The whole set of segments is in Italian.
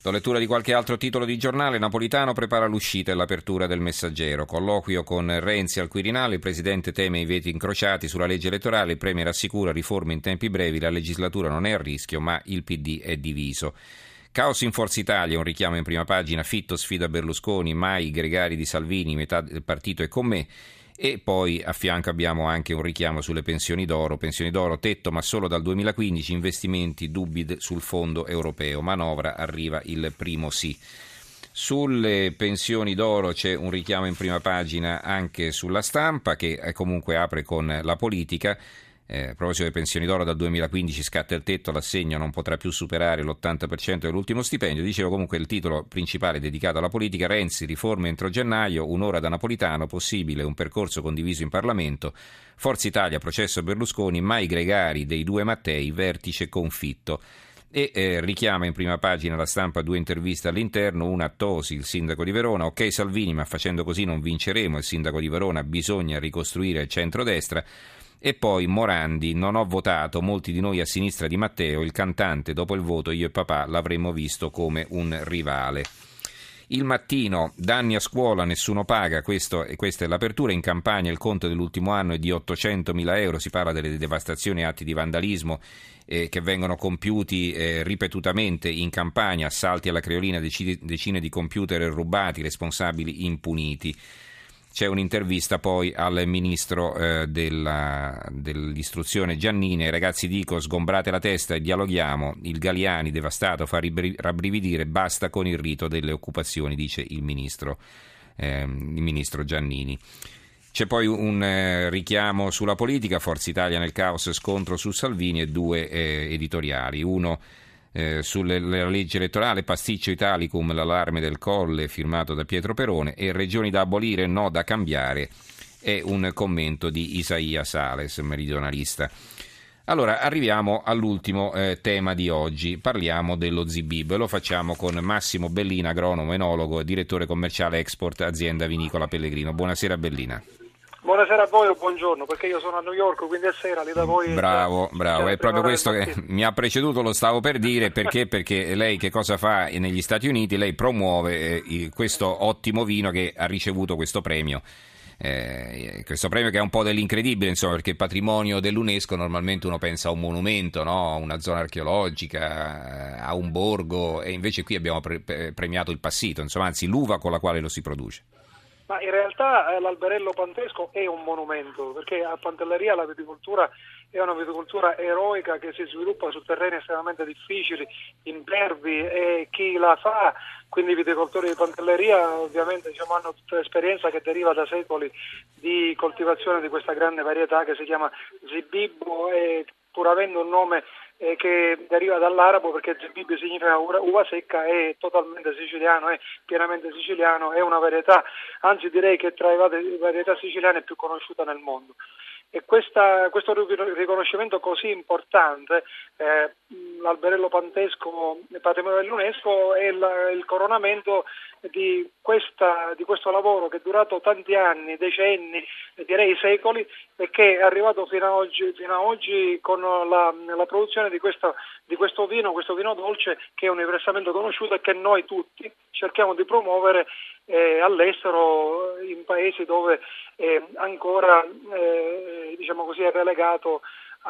Do lettura di qualche altro titolo di giornale. Napolitano prepara l'uscita e l'apertura del Messaggero. Colloquio con Renzi al Quirinale, il Presidente teme i veti incrociati sulla legge elettorale, il Premier assicura riforme in tempi brevi, la legislatura non è a rischio ma il PD è diviso. Caos in Forza Italia, un richiamo in prima pagina, Fitto sfida Berlusconi, mai i gregari di Salvini, metà del partito è con me. E poi a fianco abbiamo anche un richiamo sulle pensioni d'oro, tetto ma solo dal 2015, investimenti dubbi sul fondo europeo, manovra arriva il primo sì. Sulle pensioni d'oro c'è un richiamo in prima pagina anche sulla Stampa che comunque apre con la politica. A proposito delle pensioni d'oro, dal 2015 scatta il tetto, l'assegno non potrà più superare l'80% dell'ultimo stipendio. Dicevo comunque il titolo principale dedicato alla politica, Renzi, riforme entro gennaio, un'ora da Napolitano, possibile un percorso condiviso in Parlamento, Forza Italia, processo Berlusconi, mai gregari dei due Mattei, vertice confitto. E richiama in prima pagina la Stampa due interviste all'interno, una a Tosi, il sindaco di Verona, ok Salvini ma facendo così non vinceremo, il sindaco di Verona, bisogna ricostruire il centrodestra. E poi Morandi, non ho votato, molti di noi a sinistra di Matteo, il cantante, dopo il voto io e papà l'avremmo visto come un rivale. Il Mattino, danni a scuola, nessuno paga, questa è l'apertura, in Campania il conto dell'ultimo anno è di 800.000 euro, si parla delle devastazioni e atti di vandalismo che vengono compiuti ripetutamente in Campania, assalti alla creolina, decine di computer rubati, responsabili impuniti. C'è un'intervista poi al ministro dell'istruzione Giannini, ai ragazzi dico sgombrate la testa e dialoghiamo, il Galiani devastato fa rabbrividire, basta con il rito delle occupazioni, dice il ministro Giannini. C'è poi un richiamo sulla politica, Forza Italia nel caos, scontro su Salvini e due editoriali, uno sulla legge elettorale, pasticcio Italicum, l'allarme del Colle firmato da Pietro Perone e regioni da abolire, no da cambiare, è un commento di Isaia Sales, meridionalista. Allora arriviamo all'ultimo tema di oggi, parliamo dello Zibib, lo facciamo con Massimo Bellina, agronomo, enologo e direttore commerciale export azienda vinicola Pellegrino. Buonasera Bellina. Buonasera a voi o buongiorno, perché io sono a New York, quindi è sera, lì da voi... Bravo, è proprio questo che mi ha preceduto, lo stavo per dire, perché lei che cosa fa negli Stati Uniti? Lei promuove questo ottimo vino che ha ricevuto questo premio che è un po' dell'incredibile, insomma, perché il patrimonio dell'UNESCO normalmente uno pensa a un monumento, no? A una zona archeologica, a un borgo, e invece qui abbiamo premiato il passito, insomma, anzi l'uva con la quale lo si produce. Ma in realtà l'alberello pantesco è un monumento, perché a Pantelleria la viticoltura è una viticoltura eroica che si sviluppa su terreni estremamente difficili, impervi, e chi la fa, quindi i viticoltori di Pantelleria ovviamente hanno tutta l'esperienza che deriva da secoli di coltivazione di questa grande varietà che si chiama Zibibbo, e pur avendo un nome che deriva dall'arabo, perché Zibib significa uva secca, è totalmente siciliano, è pienamente siciliano, è una varietà, anzi direi che tra le varietà siciliane è più conosciuta nel mondo. E questo riconoscimento così importante, l'alberello pantesco patrimonio dell'UNESCO, è il coronamento di questo lavoro che è durato tanti anni, decenni, direi secoli, e che è arrivato fino a oggi con la produzione di questo vino dolce, che è universalmente conosciuto e che noi tutti cerchiamo di promuovere all'estero, in paesi dove ancora è relegato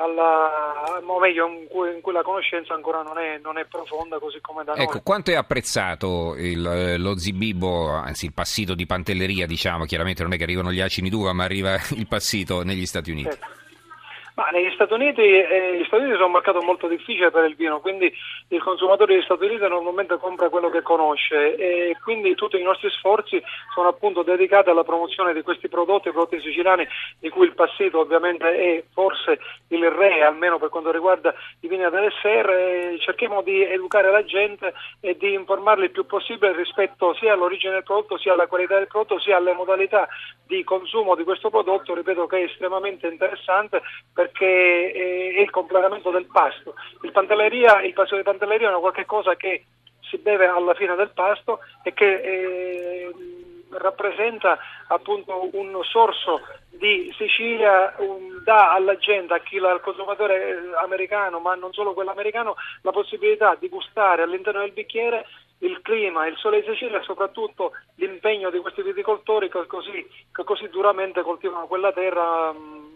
o meglio in cui la conoscenza ancora non è profonda così come da noi. Ecco, quanto è apprezzato lo Zibibbo, anzi il passito di Pantelleria, diciamo, chiaramente non è che arrivano gli acini d'uva, ma arriva il passito negli Stati Uniti. Ma negli Stati Uniti sono un mercato molto difficile per il vino, quindi il consumatore degli Stati Uniti normalmente compra quello che conosce, e quindi tutti i nostri sforzi sono appunto dedicati alla promozione di questi prodotti siciliani, di cui il passito ovviamente è forse il re, almeno per quanto riguarda i vini ad dessert. Cerchiamo di educare la gente e di informarli il più possibile rispetto sia all'origine del prodotto, sia alla qualità del prodotto, sia alle modalità di consumo di questo prodotto, ripeto che è estremamente interessante perché è il completamento del pasto. Il pasto di Pantelleria è una qualche cosa che si beve alla fine del pasto e che rappresenta appunto un sorso di Sicilia, dà alla gente, al consumatore americano, ma non solo quello americano, la possibilità di gustare all'interno del bicchiere il clima, il sole di Sicilia e soprattutto l'impegno di questi viticoltori che così duramente coltivano quella terra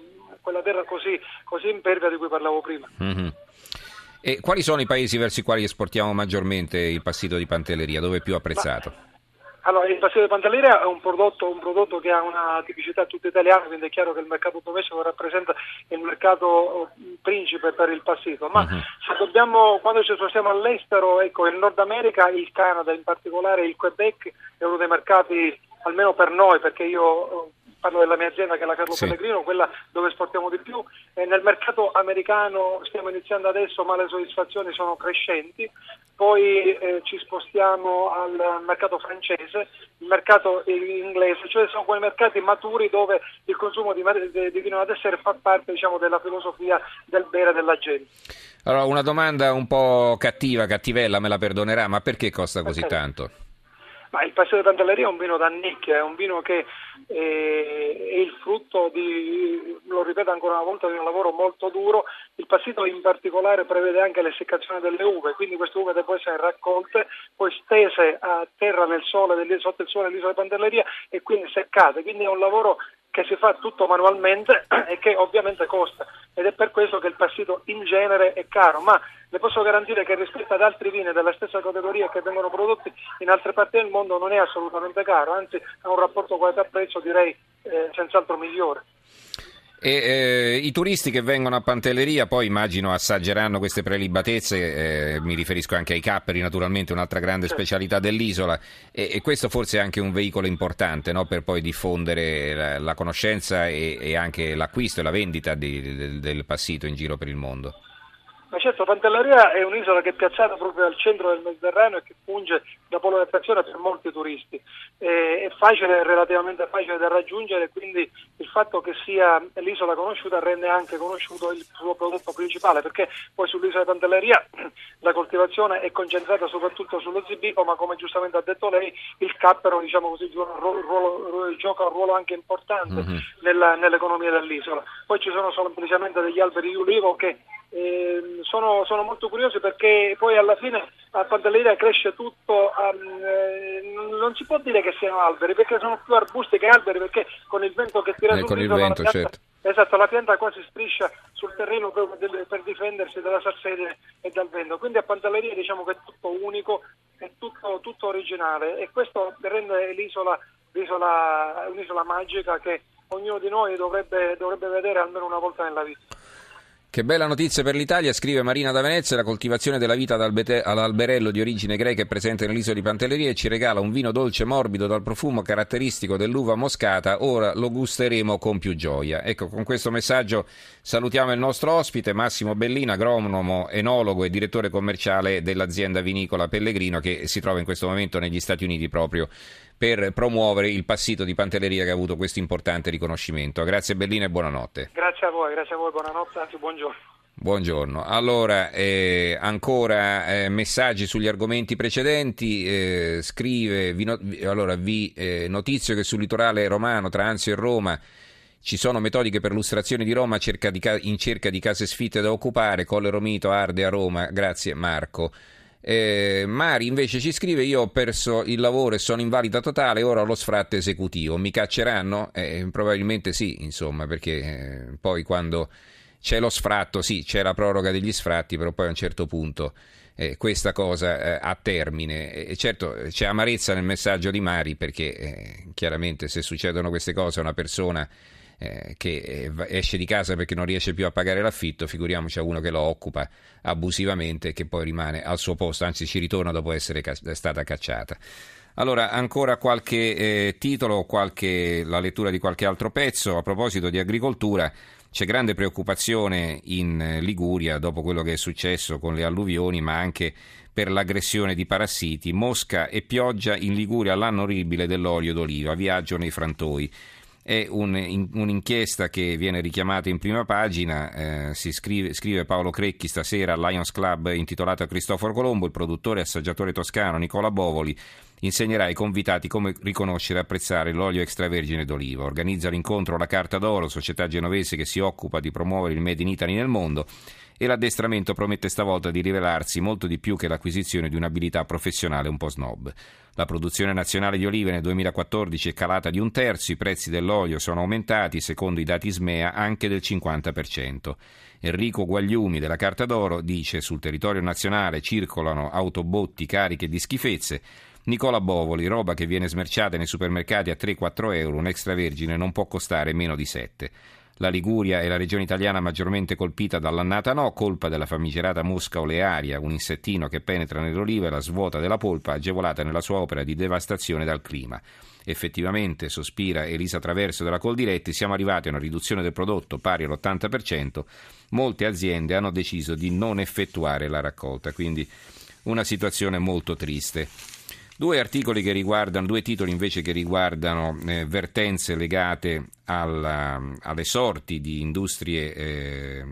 così impervia di cui parlavo prima. Mm-hmm. E quali sono i paesi verso i quali esportiamo maggiormente il passito di Pantelleria? Dove è più apprezzato? Allora, il passito di Pantelleria è un prodotto che ha una tipicità tutta italiana, quindi è chiaro che il mercato domestico rappresenta il mercato principe per il passito, ma quando ci spostiamo all'estero, ecco, il Nord America, il Canada in particolare, il Quebec è uno dei mercati, almeno per noi, perché io parlo della mia azienda che è la Carlo Pellegrino, quella dove esportiamo di più, e nel mercato americano stiamo iniziando adesso, ma le soddisfazioni sono crescenti. Poi ci spostiamo al mercato francese, il mercato inglese, cioè sono quei mercati maturi dove il consumo di vino da dessert fa parte, diciamo, della filosofia del bere della gente. Allora, una domanda un po' cattivella, me la perdonerà, ma perché costa così tanto? Ma il Passito di Pantelleria è un vino da nicchia, è un vino che è il frutto lo ripeto ancora una volta, di un lavoro molto duro. Il Passito in particolare prevede anche l'essiccazione delle uve, quindi queste uve devono essere raccolte, poi stese a terra nel sole, sotto il sole dell'isola di Pantelleria e quindi seccate, quindi è un lavoro che si fa tutto manualmente e che ovviamente costa, ed è per questo che il Passito in genere è caro, ma le posso garantire che rispetto ad altri vini della stessa categoria che vengono prodotti in altre parti del mondo non è assolutamente caro, anzi ha un rapporto qualità-prezzo direi senz'altro migliore. E i turisti che vengono a Pantelleria poi immagino assaggeranno queste prelibatezze, mi riferisco anche ai capperi, naturalmente un'altra grande specialità dell'isola, e questo forse è anche un veicolo importante, no? Per poi diffondere la conoscenza e anche l'acquisto e la vendita del passito in giro per il mondo. Ma certo, Pantelleria è un'isola che è piazzata proprio al centro del Mediterraneo e che funge da polo di attrazione per molti turisti. È relativamente facile da raggiungere, quindi il fatto che sia l'isola conosciuta rende anche conosciuto il suo prodotto principale, perché poi sull'isola di Pantelleria la coltivazione è concentrata soprattutto sullo zibico, ma come giustamente ha detto lei, il cappero, diciamo così, gioca un ruolo anche importante nell'economia dell'isola. Poi ci sono semplicemente degli alberi di ulivo che sono molto curiosi, perché poi alla fine a Pantelleria cresce tutto, non si può dire che siano alberi, perché sono più arbusti che alberi, perché con il vento che tira sul viso la pianta, certo. Esatto, la pianta quasi striscia sul terreno per difendersi dalla salsedine e dal vento, quindi a Pantelleria diciamo che è tutto unico, è tutto originale, e questo rende l'isola un'isola magica che ognuno di noi dovrebbe vedere almeno una volta nella vita. Che bella notizia per l'Italia, scrive Marina da Venezia. La coltivazione della vita all'alberello di origine greca è presente nell'isola di Pantelleria e ci regala un vino dolce morbido dal profumo caratteristico dell'uva moscata. Ora lo gusteremo con più gioia. Ecco, con questo messaggio salutiamo il nostro ospite Massimo Bellina, agronomo, enologo e direttore commerciale dell'azienda vinicola Pellegrino, che si trova in questo momento negli Stati Uniti proprio per promuovere il passito di Pantelleria, che ha avuto questo importante riconoscimento. Grazie Bellina e buonanotte. Grazie a voi, buonanotte, anzi buongiorno. Buongiorno. Allora, ancora messaggi sugli argomenti precedenti. Scrive, vi notizio che sul litorale romano, tra Anzio e Roma, ci sono metodiche per lustrazione di Roma in cerca di case sfitte da occupare. Colle Romito arde a Roma. Grazie Marco. Mari invece ci scrive: io ho perso il lavoro e sono invalida totale, ora ho lo sfratto esecutivo, mi cacceranno? Probabilmente sì, insomma, perché poi quando c'è lo sfratto, sì, c'è la proroga degli sfratti, però poi a un certo punto questa cosa ha termine. E certo c'è amarezza nel messaggio di Mari, perché chiaramente se succedono queste cose a una persona che esce di casa perché non riesce più a pagare l'affitto, figuriamoci a uno che lo occupa abusivamente e che poi rimane al suo posto, anzi ci ritorna dopo essere stata cacciata. Allora, ancora qualche titolo, la lettura di qualche altro pezzo. A proposito di agricoltura, c'è grande preoccupazione in Liguria dopo quello che è successo con le alluvioni, ma anche per l'aggressione di parassiti. Mosca e pioggia in Liguria, l'anno orribile dell'olio d'oliva, viaggio nei frantoi. È un'inchiesta che viene richiamata in prima pagina, scrive Paolo Crecchi stasera al Lions Club, intitolata Cristoforo Colombo. Il produttore e assaggiatore toscano Nicola Bovoli insegnerà ai convitati come riconoscere e apprezzare l'olio extravergine d'oliva. Organizza l'incontro La Carta d'Oro, società genovese che si occupa di promuovere il Made in Italy nel mondo, e l'addestramento promette stavolta di rivelarsi molto di più che l'acquisizione di un'abilità professionale un po' snob. La produzione nazionale di olive nel 2014 è calata di un terzo, i prezzi dell'olio sono aumentati, secondo i dati SMEA, anche del 50%. Enrico Guagliumi della Carta d'Oro dice: sul territorio nazionale circolano autobotti cariche di schifezze. Nicola Bovoli: roba che viene smerciata nei supermercati a 3-4 euro, un extravergine non può costare meno di 7. La Liguria è la regione italiana maggiormente colpita dall'annata no, colpa della famigerata mosca olearia, un insettino che penetra nell'oliva e la svuota della polpa, agevolata nella sua opera di devastazione dal clima. Effettivamente, sospira Elisa Traverso della Coldiretti, siamo arrivati a una riduzione del prodotto pari all'80%, molte aziende hanno deciso di non effettuare la raccolta, quindi una situazione molto triste. Due titoli invece che riguardano vertenze legate alle sorti di industrie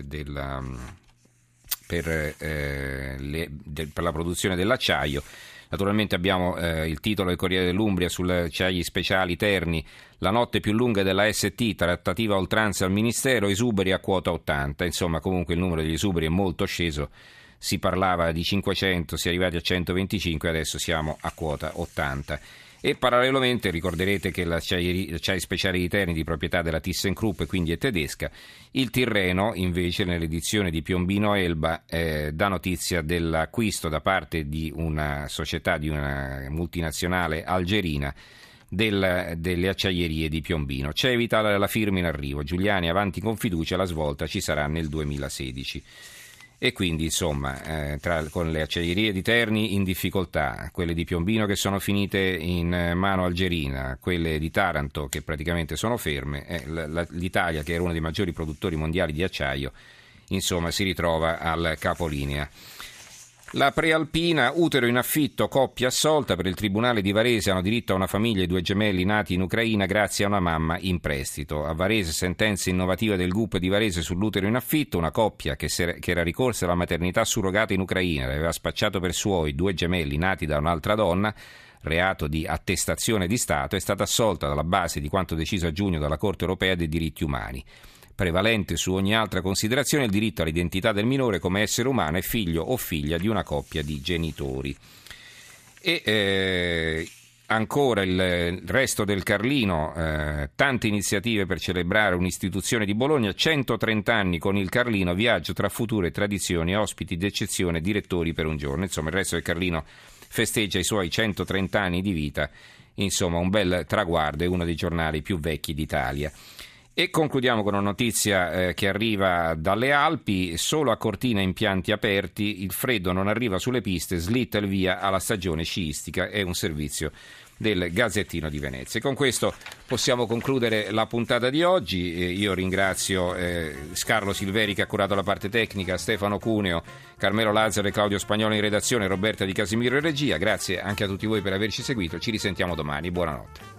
per la produzione dell'acciaio. Naturalmente abbiamo il titolo del Corriere dell'Umbria sugli acciai speciali Terni, la notte più lunga della ST, trattativa a oltranza al Ministero, esuberi a quota 80. Insomma, comunque il numero degli esuberi è molto sceso. Si parlava di 500, si è arrivati a 125, adesso siamo a quota 80. E parallelamente ricorderete che l'acciai speciale di Terni di proprietà della ThyssenKrupp, quindi è tedesca. Il Tirreno invece nell'edizione di Piombino Elba dà notizia dell'acquisto da parte di una società, di una multinazionale algerina, delle acciaierie di Piombino. Cevita la firma in arrivo, Giuliani avanti con fiducia, la svolta ci sarà nel 2016. E quindi insomma con le acciaierie di Terni in difficoltà, quelle di Piombino che sono finite in mano algerina, quelle di Taranto che praticamente sono ferme, l'Italia, che era uno dei maggiori produttori mondiali di acciaio, insomma si ritrova al capolinea. La Prealpina, utero in affitto, coppia assolta. Per il tribunale di Varese hanno diritto a una famiglia i due gemelli nati in Ucraina grazie a una mamma in prestito. A Varese, sentenza innovativa del GUP di Varese sull'utero in affitto. Una coppia che era ricorsa alla maternità surrogata in Ucraina e aveva spacciato per suoi due gemelli nati da un'altra donna, reato di attestazione di Stato, è stata assolta dalla base di quanto deciso a giugno dalla Corte europea dei diritti umani. Prevalente su ogni altra considerazione il diritto all'identità del minore come essere umano e figlio o figlia di una coppia di genitori. E ancora il resto del Carlino, tante iniziative per celebrare un'istituzione di Bologna, 130 anni con il Carlino, viaggio tra future tradizioni, ospiti d'eccezione, direttori per un giorno. Insomma, il resto del Carlino festeggia i suoi 130 anni di vita, insomma un bel traguardo, è uno dei giornali più vecchi d'Italia. E concludiamo con una notizia che arriva dalle Alpi: solo a Cortina impianti aperti, il freddo non arriva sulle piste, slitta il via alla stagione sciistica, è un servizio del Gazzettino di Venezia. E con questo possiamo concludere la puntata di oggi. Io ringrazio Carlo Silveri che ha curato la parte tecnica, Stefano Cuneo, Carmelo Lazzaro e Claudio Spagnolo in redazione, Roberta Di Casimiro in regia. Grazie anche a tutti voi per averci seguito, ci risentiamo domani, buonanotte.